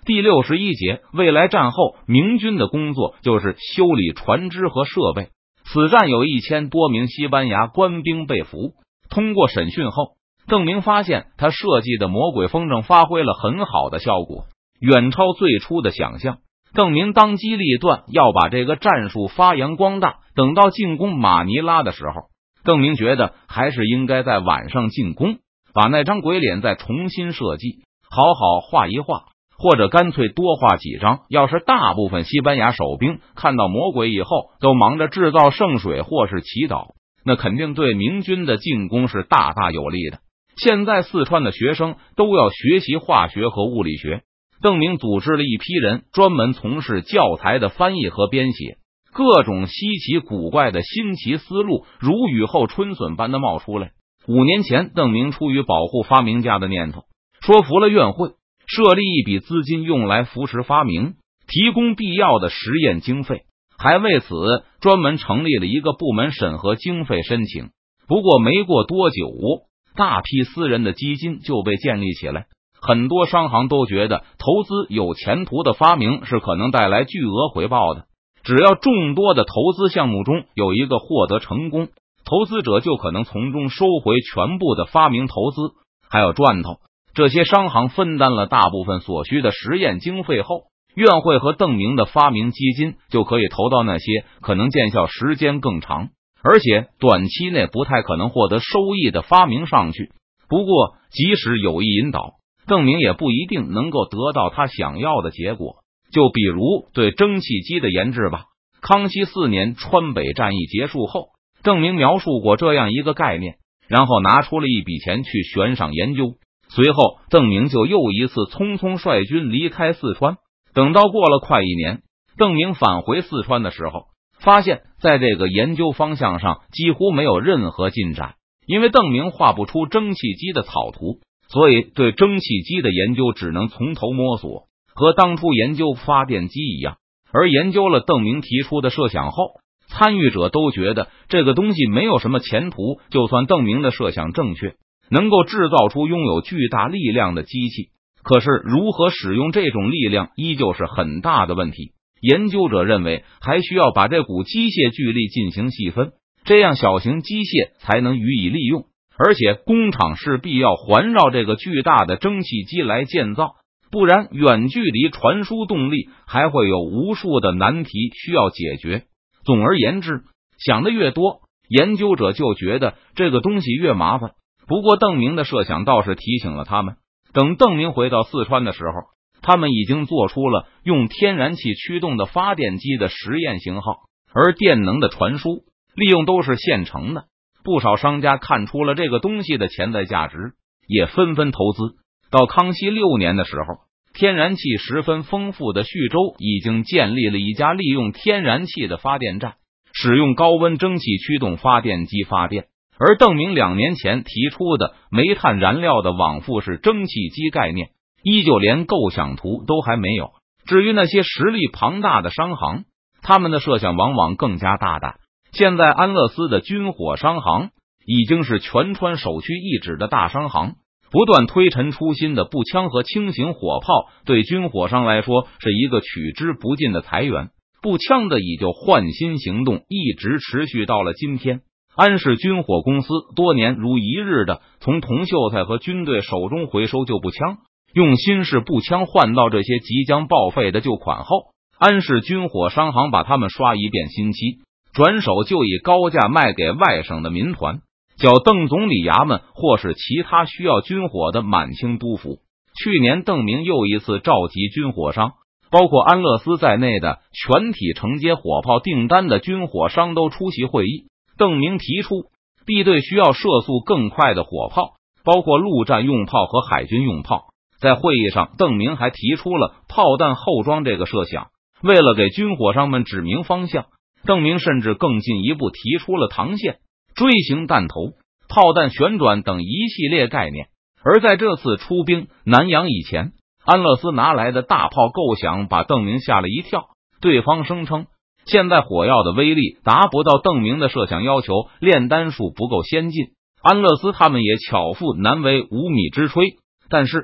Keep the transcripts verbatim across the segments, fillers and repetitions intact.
第六十一节，未来战后明军的工作就是修理船只和设备。此战有一千多名西班牙官兵被俘。通过审讯后，邓明发现他设计的魔鬼风筝发挥了很好的效果，远超最初的想象。邓明当机立断要把这个战术发扬光大。等到进攻马尼拉的时候，邓明觉得还是应该在晚上进攻，把那张鬼脸再重新设计，好好画一画，或者干脆多画几张。要是大部分西班牙守兵看到魔鬼以后都忙着制造圣水或是祈祷，那肯定对明军的进攻是大大有利的。现在四川的学生都要学习化学和物理学，邓明组织了一批人专门从事教材的翻译和编写，各种稀奇古怪的新奇思路如雨后春笋般的冒出来。五年前，邓明出于保护发明家的念头，说服了院会，设立一笔资金用来扶持发明，提供必要的实验经费，还为此专门成立了一个部门审核经费申请。不过没过多久，大批私人的基金就被建立起来，很多商行都觉得投资有前途的发明是可能带来巨额回报的。只要众多的投资项目中有一个获得成功，投资者就可能从中收回全部的发明投资，还有赚头。这些商行分担了大部分所需的实验经费后，院会和邓明的发明基金就可以投到那些可能见效时间更长，而且短期内不太可能获得收益的发明上去。不过即使有意引导，邓明也不一定能够得到他想要的结果。就比如对蒸汽机的研制吧。康熙四年川北战役结束后，邓明描述过这样一个概念，然后拿出了一笔钱去悬赏研究。随后邓明就又一次匆匆率军离开四川。等到过了快一年，邓明返回四川的时候，发现在这个研究方向上几乎没有任何进展。因为邓明画不出蒸汽机的草图，所以对蒸汽机的研究只能从头摸索，和当初研究发电机一样。而研究了邓明提出的设想后，参与者都觉得这个东西没有什么前途。就算邓明的设想正确，能够制造出拥有巨大力量的机器，可是如何使用这种力量依旧是很大的问题。研究者认为还需要把这股机械巨力进行细分，这样小型机械才能予以利用，而且工厂势必要环绕这个巨大的蒸汽机来建造，不然远距离传输动力还会有无数的难题需要解决。总而言之，想的越多，研究者就觉得这个东西越麻烦。不过邓明的设想倒是提醒了他们。等邓明回到四川的时候，他们已经做出了用天然气驱动的发电机的实验型号，而电能的传输利用都是现成的。不少商家看出了这个东西的潜在价值，也纷纷投资。到康熙六年的时候，天然气十分丰富的徐州已经建立了一家利用天然气的发电站，使用高温蒸汽驱动发电机发电。而邓明两年前提出的煤炭燃料的往复式蒸汽机概念，依旧连构想图都还没有。至于那些实力庞大的商行，他们的设想往往更加大胆。现在安乐司的军火商行已经是全川首屈一指的大商行，不断推陈出新的步枪和轻型火炮对军火商来说是一个取之不尽的财源。步枪的以旧换新行动一直持续到了今天。安氏军火公司多年如一日的从童秀才和军队手中回收旧步枪，用新式步枪换到这些即将报废的旧款后，安氏军火商行把它们刷一遍新漆，转手就以高价卖给外省的民团，叫邓总理衙门或是其他需要军火的满清督府。去年邓明又一次召集军火商，包括安乐司在内的全体承接火炮订单的军火商都出席会议。邓明提出必对需要射速更快的火炮，包括陆战用炮和海军用炮。在会议上，邓明还提出了炮弹后装这个设想。为了给军火商们指明方向，邓明甚至更进一步提出了膛线、锥形弹头、炮弹旋转等一系列概念。而在这次出兵南洋以前，安乐司拿来的大炮构想把邓明吓了一跳。对方声称现在火药的威力达不到邓明的设想要求，炼丹术不够先进，安乐司他们也巧妇难为无米之炊。但是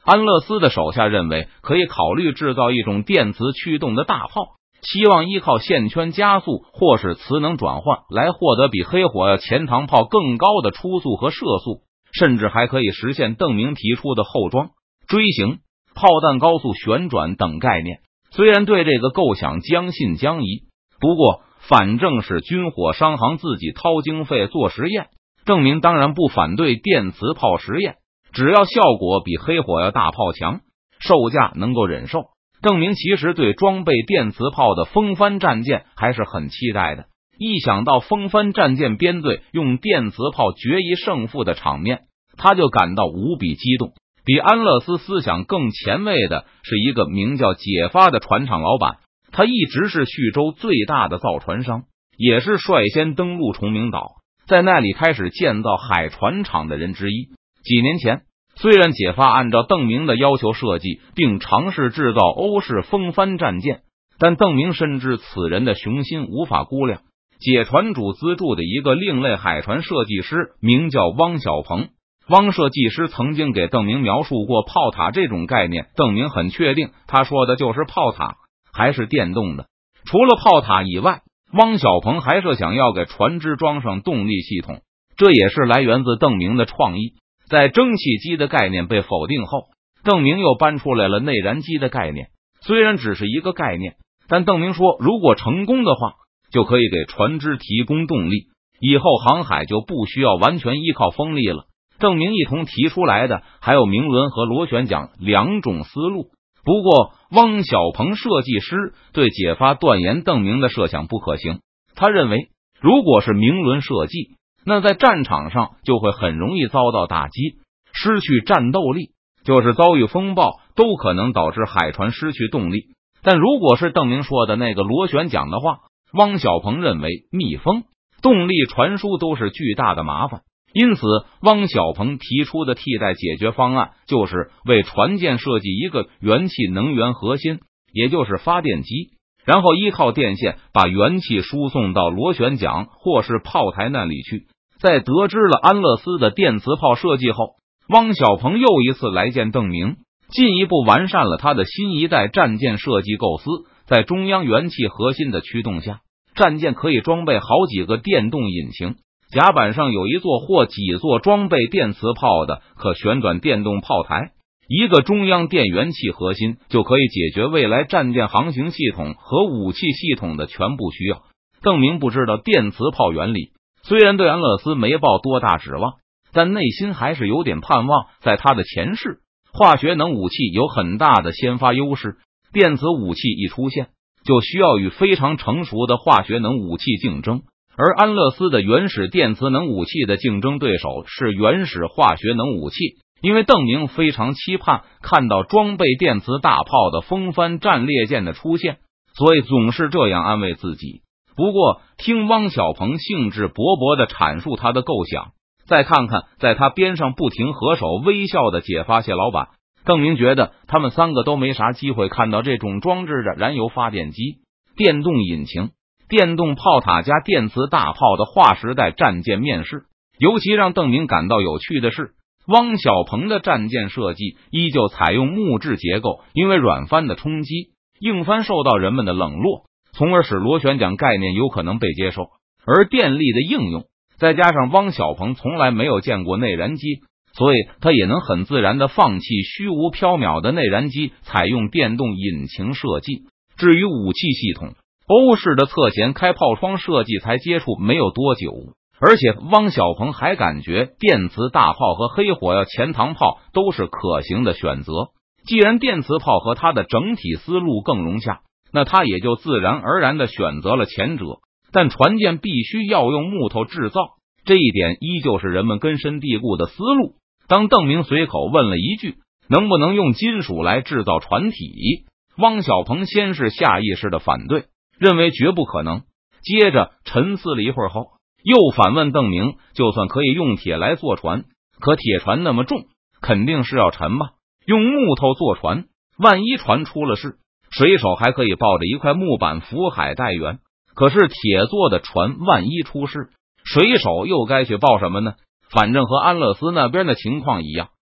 安乐斯的手下认为可以考虑制造一种电磁驱动的大炮，希望依靠线圈加速或是磁能转换来获得比黑火药潜膛炮更高的初速和射速，甚至还可以实现邓明提出的后装、锥形、炮弹高速旋转等概念。虽然对这个构想将信将疑，不过反正是军火商行自己掏经费做实验，邓明当然不反对电磁炮实验，只要效果比黑火药大炮强，售价能够忍受。邓明其实对装备电磁炮的风帆战舰还是很期待的，一想到风帆战舰编队用电磁炮决一胜负的场面，他就感到无比激动。比安乐斯思想更前卫的是一个名叫解发的船厂老板，他一直是徐州最大的造船商，也是率先登陆崇明岛，在那里开始建造海船厂的人之一。几年前，虽然解发按照邓明的要求设计并尝试制造欧式风帆战舰，但邓明深知此人的雄心无法估量。解船主资助的一个另类海船设计师名叫汪小鹏，汪设计师曾经给邓明描述过炮塔这种概念，邓明很确定他说的就是炮塔，还是电动的。除了炮塔以外，汪小鹏还设想要给船只装上动力系统，这也是来源自邓明的创意。在蒸汽机的概念被否定后，邓明又搬出来了内燃机的概念。虽然只是一个概念，但邓明说如果成功的话，就可以给船只提供动力，以后航海就不需要完全依靠风力了。邓明一同提出来的还有明轮和螺旋桨两种思路，不过汪小鹏设计师对解发断言邓明的设想不可行。他认为如果是明轮设计，那在战场上就会很容易遭到打击，失去战斗力，就是遭遇风暴都可能导致海船失去动力。但如果是邓明说的那个螺旋桨的话，汪小鹏认为密封、动力传输都是巨大的麻烦，因此汪小鹏提出的替代解决方案就是为船舰设计一个元气能源核心，也就是发电机，然后依靠电线把元气输送到螺旋桨或是炮台那里去。在得知了安乐斯的电磁炮设计后，汪小鹏又一次来见邓明，进一步完善了他的新一代战舰设计构思。在中央元气核心的驱动下，战舰可以装备好几个电动引擎，甲板上有一座或几座装备电磁炮的可旋转电动炮台，一个中央电源气核心就可以解决未来战舰航行系统和武器系统的全部需要。邓明不知道电磁炮原理，虽然对安乐斯没抱多大指望，但内心还是有点盼望。在他的前世，化学能武器有很大的先发优势，电子武器一出现，就需要与非常成熟的化学能武器竞争，而安乐斯的原始电磁能武器的竞争对手是原始化学能武器。因为邓明非常期盼看到装备电磁大炮的风帆战列舰的出现，所以总是这样安慰自己。不过听汪小鹏兴致勃勃地阐述他的构想，再看看在他边上不停合手微笑的解发蟹老板，邓明觉得他们三个都没啥机会看到这种装置着燃油发电机、电动引擎、电动炮塔加电磁大炮的划时代战舰面世。尤其让邓明感到有趣的是，汪小鹏的战舰设计依旧采用木质结构，因为软帆的冲击，硬帆受到人们的冷落，从而使螺旋桨概念有可能被接受。而电力的应用，再加上汪小鹏从来没有见过内燃机，所以他也能很自然的放弃虚无缥缈的内燃机，采用电动引擎设计。至于武器系统，欧式的侧舷开炮窗设计才接触没有多久，而且汪小鹏还感觉电磁大炮和黑火药潜膛炮都是可行的选择。既然电磁炮和他的整体思路更融洽，那他也就自然而然的选择了前者。但船舰必须要用木头制造，这一点依旧是人们根深蒂固的思路。当邓明随口问了一句能不能用金属来制造船体，汪小鹏先是下意识的反对，认为绝不可能，接着沉思了一会儿后又反问邓明，就算可以用铁来做船，可铁船那么重，肯定是要沉吧？用木头做船，万一船出了事，水手还可以抱着一块木板浮海待援。可是铁做的船万一出事，水手又该去抱什么呢？反正和安乐斯那边的情况一样，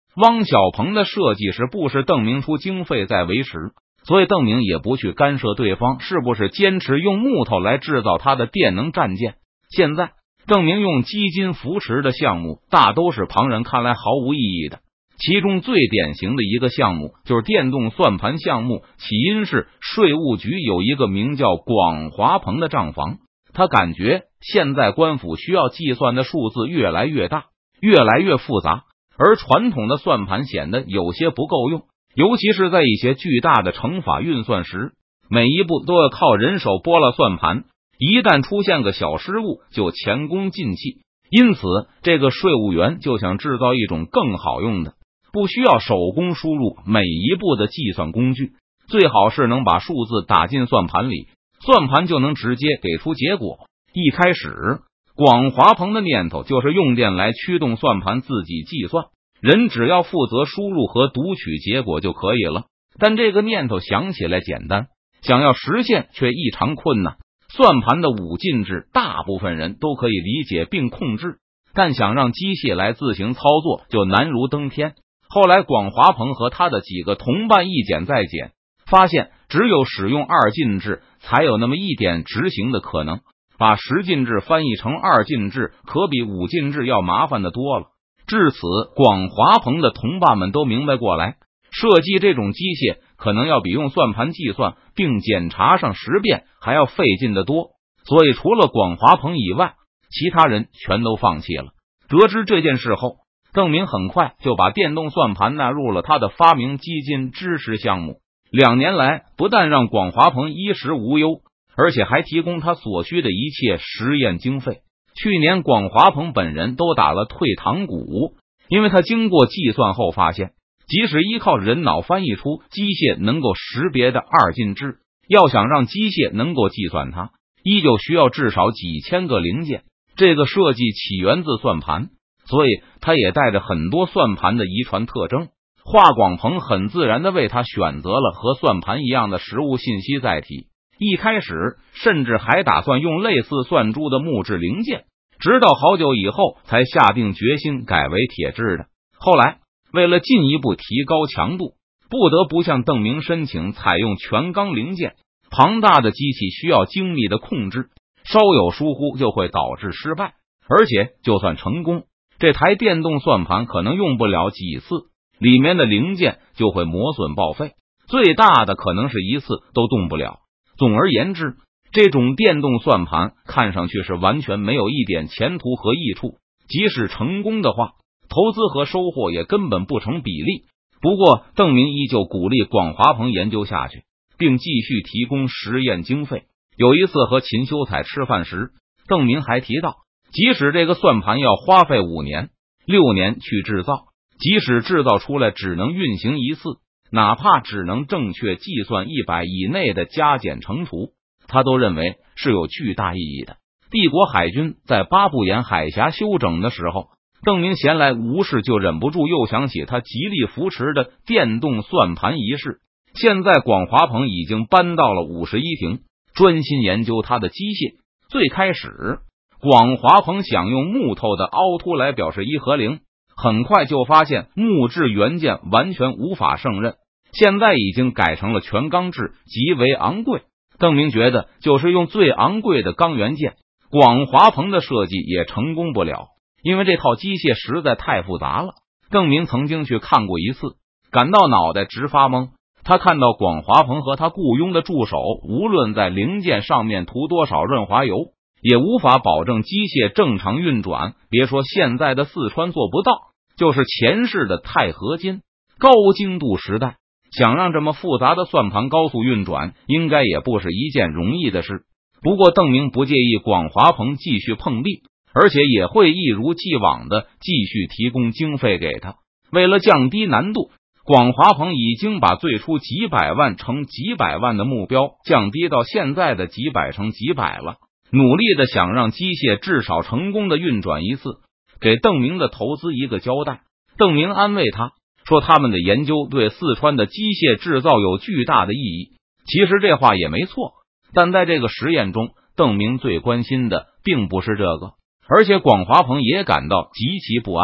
汪小鹏的设计是不是邓明出经费在维持，所以邓明也不去干涉对方是不是坚持用木头来制造他的电能战舰。现在邓明用基金扶持的项目大都是旁人看来毫无意义的，其中最典型的一个项目就是电动算盘项目，起因是税务局有一个名叫广华鹏的账房，他感觉现在官府需要计算的数字越来越大，越来越复杂，而传统的算盘显得有些不够用，尤其是在一些巨大的乘法运算时，每一步都要靠人手拨了算盘，一旦出现个小失误就前功尽弃。因此这个税务员就想制造一种更好用的，不需要手工输入每一步的计算工具，最好是能把数字打进算盘里，算盘就能直接给出结果。一开始广华鹏的念头就是用电来驱动算盘自己计算，人只要负责输入和读取结果就可以了。但这个念头想起来简单，想要实现却异常困难。算盘的五进制大部分人都可以理解并控制，但想让机械来自行操作就难如登天。后来广华鹏和他的几个同伴一减再减，发现只有使用二进制才有那么一点执行的可能，把十进制翻译成二进制可比五进制要麻烦的多了。至此广华鹏的同伴们都明白过来，设计这种机械可能要比用算盘计算并检查上十遍还要费劲得多，所以除了广华鹏以外，其他人全都放弃了。得知这件事后，邓明很快就把电动算盘纳入了他的发明基金支持项目。两年来，不但让广华鹏衣食无忧，而且还提供他所需的一切实验经费。去年广华鹏本人都打了退堂鼓，因为他经过计算后发现，即使依靠人脑翻译出机械能够识别的二进制，要想让机械能够计算它，依旧需要至少几千个零件。这个设计起源自算盘，所以它也带着很多算盘的遗传特征。华广鹏很自然地为他选择了和算盘一样的实物信息载体，一开始甚至还打算用类似算珠的木质零件，直到好久以后才下定决心改为铁制的。后来为了进一步提高强度，不得不向邓明申请采用全钢零件。庞大的机器需要精密的控制，稍有疏忽就会导致失败，而且就算成功，这台电动算盘可能用不了几次，里面的零件就会磨损报废，最大的可能是一次都动不了。总而言之，这种电动算盘看上去是完全没有一点前途和益处，即使成功的话，投资和收获也根本不成比例。不过邓明依旧鼓励广华鹏研究下去，并继续提供实验经费。有一次和秦修才吃饭时，邓明还提到，即使这个算盘要花费五年六年去制造，即使制造出来只能运行一次，哪怕只能正确计算一百以内的加减乘除，他都认为是有巨大意义的。帝国海军在巴布沿海峡休整的时候，邓明闲来无事就忍不住又想起他极力扶持的电动算盘一事。现在广华鹏已经搬到了五十一庭，专心研究他的机械。最开始广华鹏想用木头的凹凸来表示一和零，很快就发现木质元件完全无法胜任，现在已经改成了全钢制，极为昂贵。邓明觉得就是用最昂贵的钢元件，广华鹏的设计也成功不了，因为这套机械实在太复杂了。邓明曾经去看过一次，感到脑袋直发懵。他看到广华鹏和他雇佣的助手，无论在零件上面涂多少润滑油，也无法保证机械正常运转。别说现在的四川做不到，就是前世的钛合金高精度时代，想让这么复杂的算盘高速运转，应该也不是一件容易的事。不过邓明不介意广华鹏继续碰壁，而且也会一如既往的继续提供经费给他。为了降低难度，广华鹏已经把最初几百万乘几百万的目标降低到现在的几百乘几百了，努力的想让机械至少成功的运转一次，给邓明的投资一个交代。邓明安慰他说，他们的研究对四川的机械制造有巨大的意义。其实这话也没错，但在这个实验中，邓明最关心的并不是这个，而且广华鹏也感到极其不安。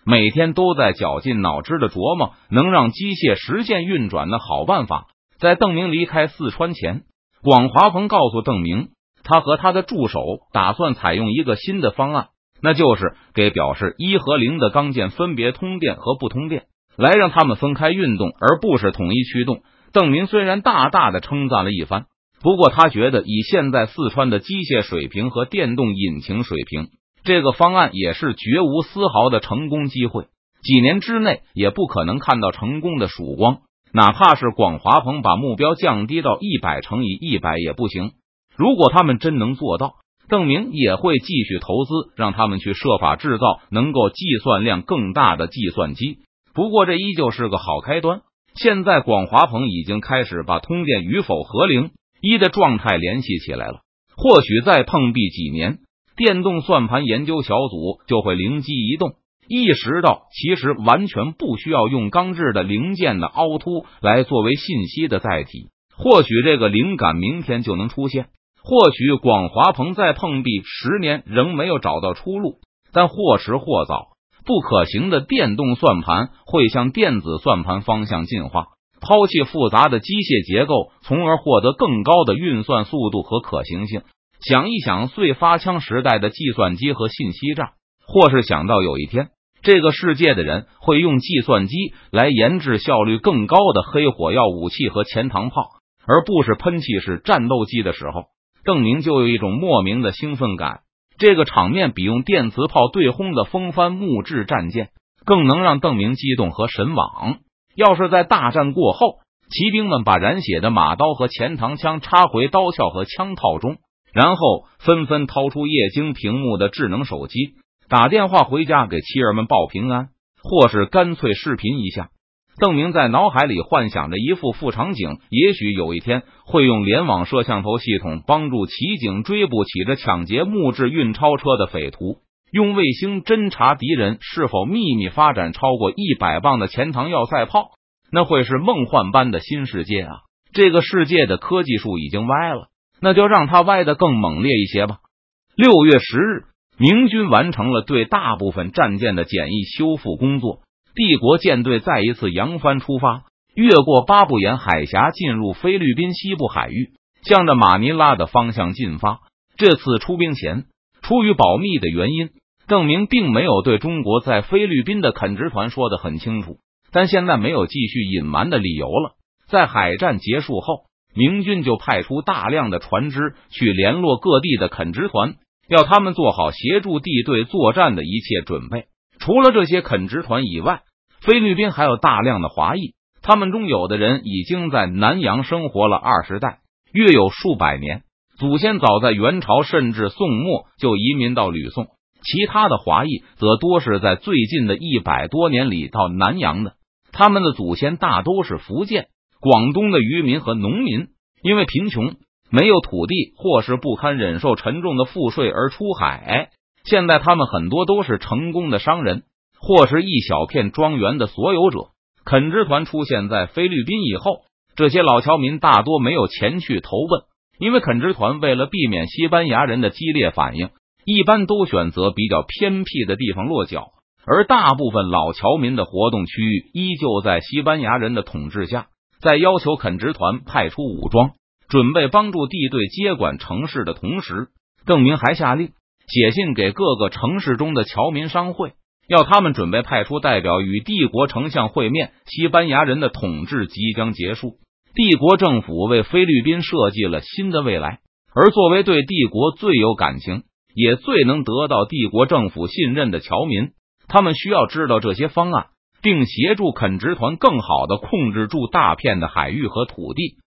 每天都在绞尽脑汁的琢磨能让机械实现运转的好办法。在邓明离开四川前，广华鹏告诉邓明，他和他的助手打算采用一个新的方案，那就是给表示一和零的钢件分别通电和不通电，来让他们分开运动，而不是统一驱动。邓明虽然大大的称赞了一番，不过他觉得以现在四川的机械水平和电动引擎水平，这个方案也是绝无丝毫的成功机会，几年之内也不可能看到成功的曙光。哪怕是广华鹏把目标降低到一百乘以一百也不行。如果他们真能做到，邓明也会继续投资，让他们去设法制造能够计算量更大的计算机。不过这依旧是个好开端。现在广华鹏已经开始把通电与否和零一的状态联系起来了。或许再碰壁几年，电动算盘研究小组就会灵机一动，意识到其实完全不需要用钢制的零件的凹凸来作为信息的载体。或许这个灵感明天就能出现。或许广华鹏在碰壁十年仍没有找到出路，但或迟或早，不可行的电动算盘会向电子算盘方向进化，抛弃复杂的机械结构，从而获得更高的运算速度和可行性。想一想碎发枪时代的计算机和信息战，或是想到有一天这个世界的人会用计算机来研制效率更高的黑火药武器和前膛炮，而不是喷气式战斗机的时候，邓明就有一种莫名的兴奋感。这个场面比用电磁炮对轰的风帆木质战舰更能让邓明激动和神往。要是在大战过后，骑兵们把染血的马刀和前膛枪插回刀鞘和枪套中，然后纷纷掏出液晶屏幕的智能手机，打电话回家给妻儿们报平安，或是干脆视频一下。邓明在脑海里幻想着一副副场景，也许有一天会用联网摄像头系统帮助骑警追捕起着抢劫木质运钞车的匪徒，用卫星侦察敌人是否秘密发展超过一百磅的前膛要塞炮。那会是梦幻般的新世界啊！这个世界的科技树已经歪了，那就让它歪得更猛烈一些吧。六月十日，明军完成了对大部分战舰的简易修复工作，帝国舰队再一次扬帆出发，越过巴布延海峡进入菲律宾西部海域，向着马尼拉的方向进发。这次出兵前，出于保密的原因，邓明并没有对中国在菲律宾的垦殖团说得很清楚，但现在没有继续隐瞒的理由了。在海战结束后，明军就派出大量的船只去联络各地的垦殖团，要他们做好协助地队作战的一切准备。除了这些垦殖团以外，菲律宾还有大量的华裔，他们中有的人已经在南洋生活了二十代，约有数百年，祖先早在元朝甚至宋末就移民到吕宋。其他的华裔则多是在最近的一百多年里到南洋的，他们的祖先大都是福建、广东的渔民和农民，因为贫穷、没有土地或是不堪忍受沉重的赋税而出海。现在他们很多都是成功的商人，或是一小片庄园的所有者。垦殖团出现在菲律宾以后，这些老侨民大多没有前去投奔，因为垦殖团为了避免西班牙人的激烈反应，一般都选择比较偏僻的地方落脚，而大部分老侨民的活动区域依旧在西班牙人的统治下。在要求垦殖团派出武装，准备帮助地队接管城市的同时，邓明还下令写信给各个城市中的侨民商会，要他们准备派出代表与帝国丞相会面。西班牙人的统治即将结束，帝国政府为菲律宾设计了新的未来，而作为对帝国最有感情也最能得到帝国政府信任的侨民，他们需要知道这些方案，并协助垦殖团更好地控制住大片的海域和土地。